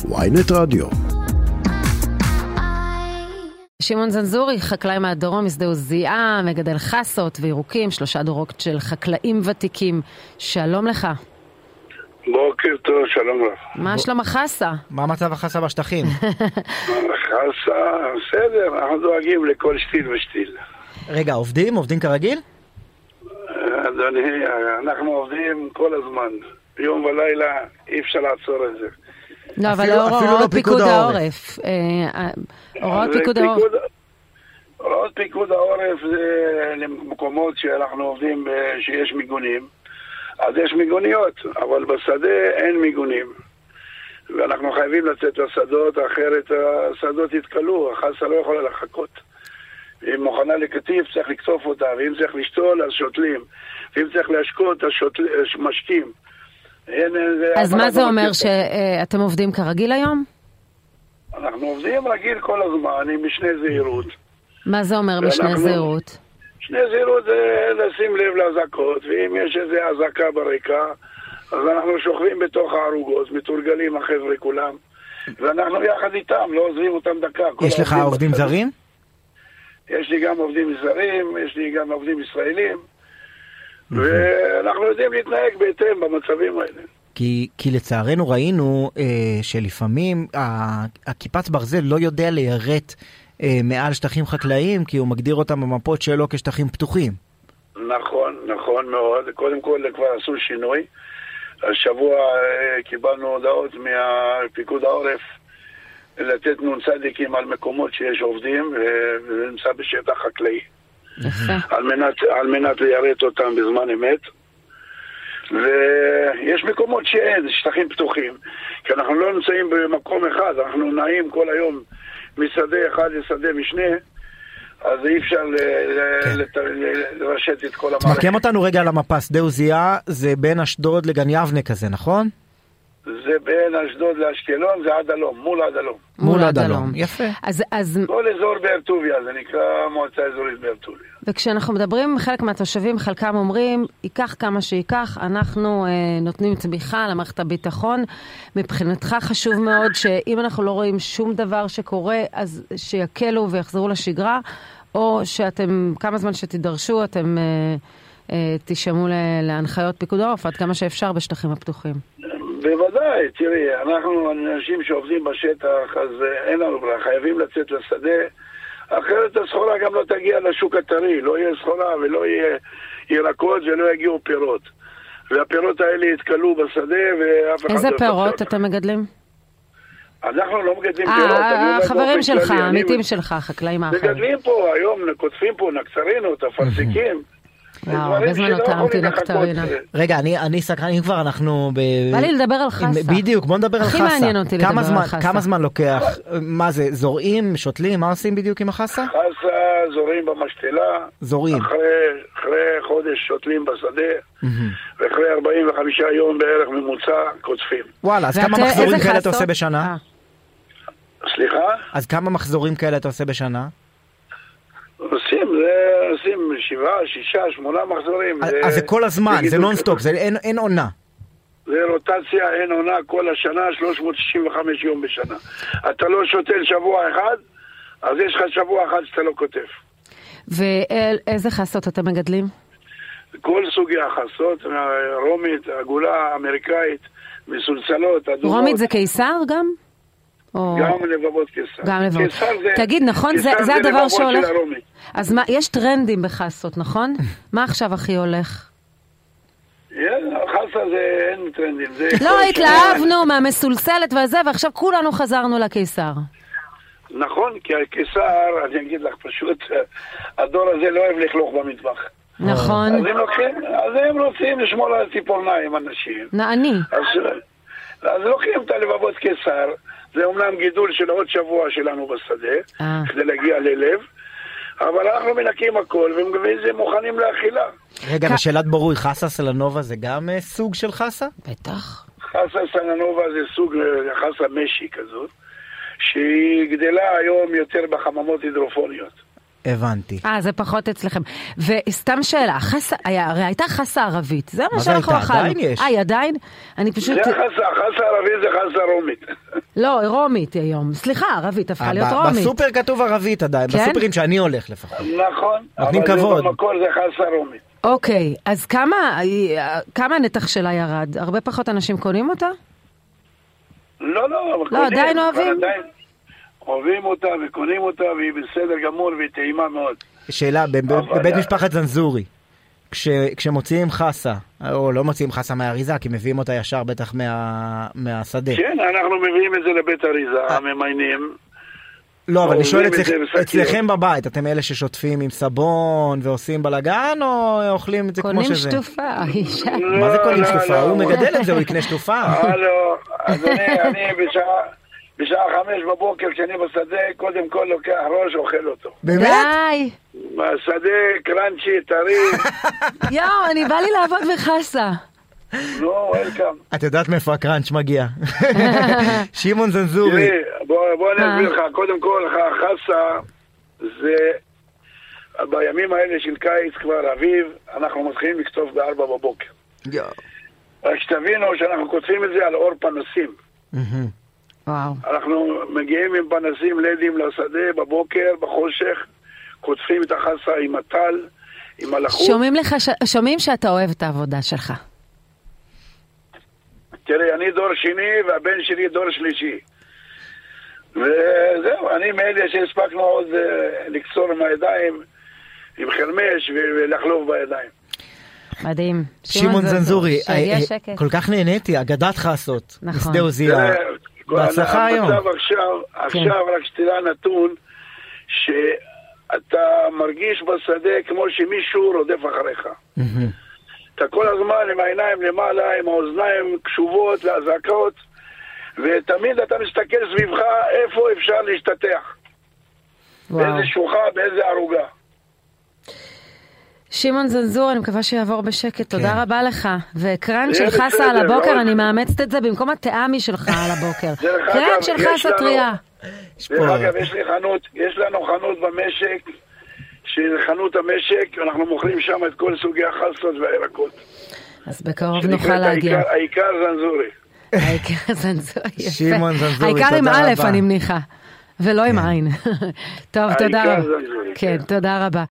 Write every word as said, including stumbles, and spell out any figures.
וויינט רדיו. שמעון זנזורי, חקלאי מהדרום, משדה עוזייה, מגדל חסות וירוקים, שלושה דורות של חקלאים ותיקים. שלום לך. בוקר טוב, שלום רב. מה שלום החסה? מה מצב החסה בשטחים? החסה, בסדר, אנחנו דואגים לכל שתיל ושתיל. רגע, עובדים? עובדים כרגיל? אדוני, אנחנו עובדים כל הזמן. יום ולילה אי אפשר לעצור את זה. לא, אבל הוראות פיקוד העורף. הוראות פיקוד העורף. הוראות פיקוד העורף זה למקומות שאנחנו עובדים שיש מיגונים. אז יש מיגוניות, אבל בשדה אין מיגונים. ואנחנו חייבים לצאת לשדות, אחרת השדות יתקלו, החסה לא יכולה לחכות. אם מוכנה לקטיף צריך לקצוף אותה, ואם צריך לשתול אז שותלים, ואם צריך להשקות אז משקים. אז מה זה אומר, שאתם עובדים כרגיל היום? אנחנו עובדים רגיל כל הזמן, עם משנה זהירות. מה זה אומר משנה זהירות? משנה זהירות זה לשים לב להזעקות, ואם יש איזו הזעקה ברקע, אז אנחנו שוכבים בתוך הערוגות, מתורגלים החבר'ה כולם, ואנחנו יחד איתם, לא עוזבים אותם דקה. יש לך עובדים זרים? יש לי גם עובדים זרים, יש לי גם עובדים ישראלים, ואנחנו יודעים להתנהג בהתאם במצבים האלה. כי, כי לצערנו ראינו אה, שלפעמים הקיפץ ברזל לא יודע ליירט אה, מעל שטחים חקלאיים, כי הוא מגדיר אותם במפות שלו כשטחים פתוחים. נכון, נכון מאוד. קודם כל כבר עשו שינוי. השבוע אה, קיבלנו הודעות מהפיקוד העורף לתת נון צדיקים על מקומות שיש עובדים, וזה נמצא בשטח חקלאי. על מנת, על מנת ליירט אותם בזמן אמת. ויש מקומות שאין, שטחים פתוחים, כי אנחנו לא נמצאים במקום אחד, אנחנו נעים כל היום משדה אחד לשדה משנה, אז אי אפשר לרשת את כל המערכת. תמקם אותנו רגע על המפה. שדה עוזייה זה בין אשדוד לגן יבנה כזה, נכון? זה בין אשדוד לאשקלון, זה עד הלום, מול עד הלום. מול עד הלום, יפה. אז, אז... כל אזור באר טוביה, זה נקרא מועצה אזורית באר טוביה. וכשאנחנו מדברים, חלק מהתושבים, חלקם אומרים, ייקח כמה שיקח, אנחנו אה, נותנים תמיכה למערכת הביטחון. מבחינתך חשוב מאוד שאם אנחנו לא רואים שום דבר שקורה, אז שיקלו ויחזרו לשגרה, או שאתם, כמה זמן שתדרשו, אתם אה, אה, תשמעו להנחיות פיקוד העורף, עד כמה שאפשר בשטחים הפתוחים. בוודאי, תראי, אנחנו אנשים שעובדים בשטח, אז אין לנו ברירה, חייבים לצאת לשדה, אחרת הסחורה גם לא תגיע לשוק הטרי, לא יהיה סחורה ולא יהיה ירקות ולא יגיעו פירות. והפירות האלה יתקלו בשדה ואף אחד לא... איזה פירות אתם מגדלים? אנחנו לא מגדלים פירות. אה, החברים שלך, העמיתים שלך, חקלאים האחרים. מגדלים פה, היום קוטפים פה נקטרינות, אפרסיקים. הרבה זמן אותרמתי נקטרינה. רגע, אני סקרן, אם כבר אנחנו... בא לי לדבר על חסה. בדיוק, בוא נדבר על חסה. הכי מעניין אותי לדבר על חסה. כמה זמן לוקח? מה זה, זורעים, שותלים? מה עושים בדיוק עם החסה? חסה זורעים במשתלה. זורעים. אחרי חודש שותלים בשדה, ואחרי ארבעים וחמישה יום בערך ממוצע קוטפים. וואלה, אז כמה מחזורים כאלה אתה עושה בשנה? סליחה? אז כמה מחזורים כאלה אתה עושה בשנה? עושים, זה עושים שבעה, שישה, שמונה מחזורים. אז זה כל הזמן, זה נונסטופ, אין עונה. זה רוטציה, אין עונה כל השנה, שלוש מאות שישים וחמישה יום בשנה. אתה לא שותל שבוע אחד, אז יש לך שבוע אחד שאתה לא כותב. ואיזה חסות אתם מגדלים? כל סוגי החסות, רומית, עגולה, אמריקאית, מסולסלות, אדומות. רומית זה קיסר גם? גם לבבות קיסר. גם לבבות. תגיד, נכון, זה הדבר שהולך... אז מה, יש טרנדים בחסות, נכון? מה עכשיו הכי הולך? חסה זה אין טרנדים. לא, התלהבנו מהמסולסלת וזה, ועכשיו כולנו חזרנו לקיסר. נכון, כי הקיסר, אני אגיד לך פשוט, הדור הזה לא אוהב לכלוך במטבח. נכון. אז הם רוצים לשמור על הציפורניים, אנשים. נעני. אז לוקחים את הלבבות קיסר, זה אומנם גידול של עוד שבוע שלנו בשדה, כדי להגיע ללב, אבל אנחנו מנקים הכל, וזה מוכנים לאכילה. רגע, בשאלת ברוי, חסה סלנובה זה גם סוג של חסה? בטח. חסה סלנובה זה סוג חסה משי כזאת, שהיא גדלה היום יותר בחממות הידרופוניות. הבנתי. אה, זה פחות אצלכם. וסתם שאלה, חסה, היה, הרי הייתה חסה ערבית, זה מה מה זה שאנחנו הייתה? אכלנו. עדיין יש. אה, היא עדיין? אני פשוט... זה חסה, חסה ערבית זה חסה רומית. לא, רומית היום. סליחה, ערבית, הפכה להיות ב- רומית. בסופר כתוב ערבית עדיין, כן? בסופרים שאני הולך לפחות. נכון. נותנים אבל כבוד. זה במקור זה חסה רומית. אוקיי, אז כמה, כמה הנתח שלה ירד? הרבה פחות אנשים קונים אותה? לא, לא, אבל לא, קונים, עדיין אבל אוהבים? עדיין אוהבים אותה וקונים אותה, והיא בסדר גמור והיא טעימה מאוד. שאלה, בב- אבל- בבית משפחת זנזורי, כש- כשמוציאים חסה, או לא מוציאים חסה מהאריזה, כי מביאים אותה ישר בטח מה- מהשדה. כן, אנחנו מביאים את זה לבית אריזה, ממיינים. לא, אבל אני שואל אוכלים את אצלכ- זה בשקיות. אצלכם בבית, אתם אלה ששוטפים עם סבון ועושים בלגן, או אוכלים את זה כמו קונים שזה? שטופה, אישה. מה זה קונים לא, שטופה? לא. הוא מגדל את זה, הוא יקנה שטופה. הלו, אדוני, אני בשעה... בשעה חמש בבוקר כשאני בשדה, קודם כל לוקח ראש, אוכל אותו. באמת? די! בשדה קרנצ'י, טרי, יואו, אני בא לי לעבוד בחסה. נו, וולקאם. את יודעת מאיפה הקראנץ' מגיע. שמעון זנזורי. תראי, בוא בוא אני מה? אסביר לך, קודם כל, חסה זה... בימים האלה של קיץ כבר אביב, אנחנו מתחילים לכתוב בארבע בבוקר. יואו. רק שתבינו שאנחנו כותבים את זה על אור פנסים. מהמם. וואו. אנחנו מגיעים עם פנסים לדים לשדה בבוקר, בחושך, כותבים את החסה עם הטל, עם הלחות. שומעים לך, ש- שומעים שאתה אוהב את העבודה שלך. תראי, אני דור שני והבן שלי דור שלישי. וזהו, אני מאלה שהספקנו עוד uh, לקצור עם הידיים, עם חרמש ו- ולחלוב בידיים. מדהים. שמעון זנזורי, שיהיה אה, אה, שקט. כל כך נהניתי, אגדת חסות. נכון. משדה עוזיה. תראה, בהצלחה היום. המצב עכשיו, עכשיו רק שתדע נתון, שאתה מרגיש בשדה כמו שמישהו רודף אחריך. מהמם. אתה כל הזמן עם העיניים למעלה, עם האוזניים קשובות להזעקות, ותמיד אתה מסתכל סביבך איפה אפשר להשתתח. וואו. באיזה שוחה, באיזה ערוגה. שמעון זנזור, אני מקווה שיעבור בשקט, תודה רבה לך. וקרן של זה חסה בסדר, על הבוקר, לא- אני מאמצת את זה במקום התאמי שלך על הבוקר. דרך אגב, קרן של יש חסה לנו- טריה. יש דרך פה- אגב, יש לי חנות, יש לנו חנות במשק, של חנות המשק, אנחנו מוכרים שם את כל סוגי החסות והירקות. אז בקרוב שנקראת נוכל להגיע. העיקר- העיקר זנזורי. העיקר זנזור, יפה. שמעון זנזורי, העיקר עם תודה א', רבה. אני מניחה, ולא עם עין. טוב, תודה העיקר רבה. זנזורי, כן, כן. תודה רבה.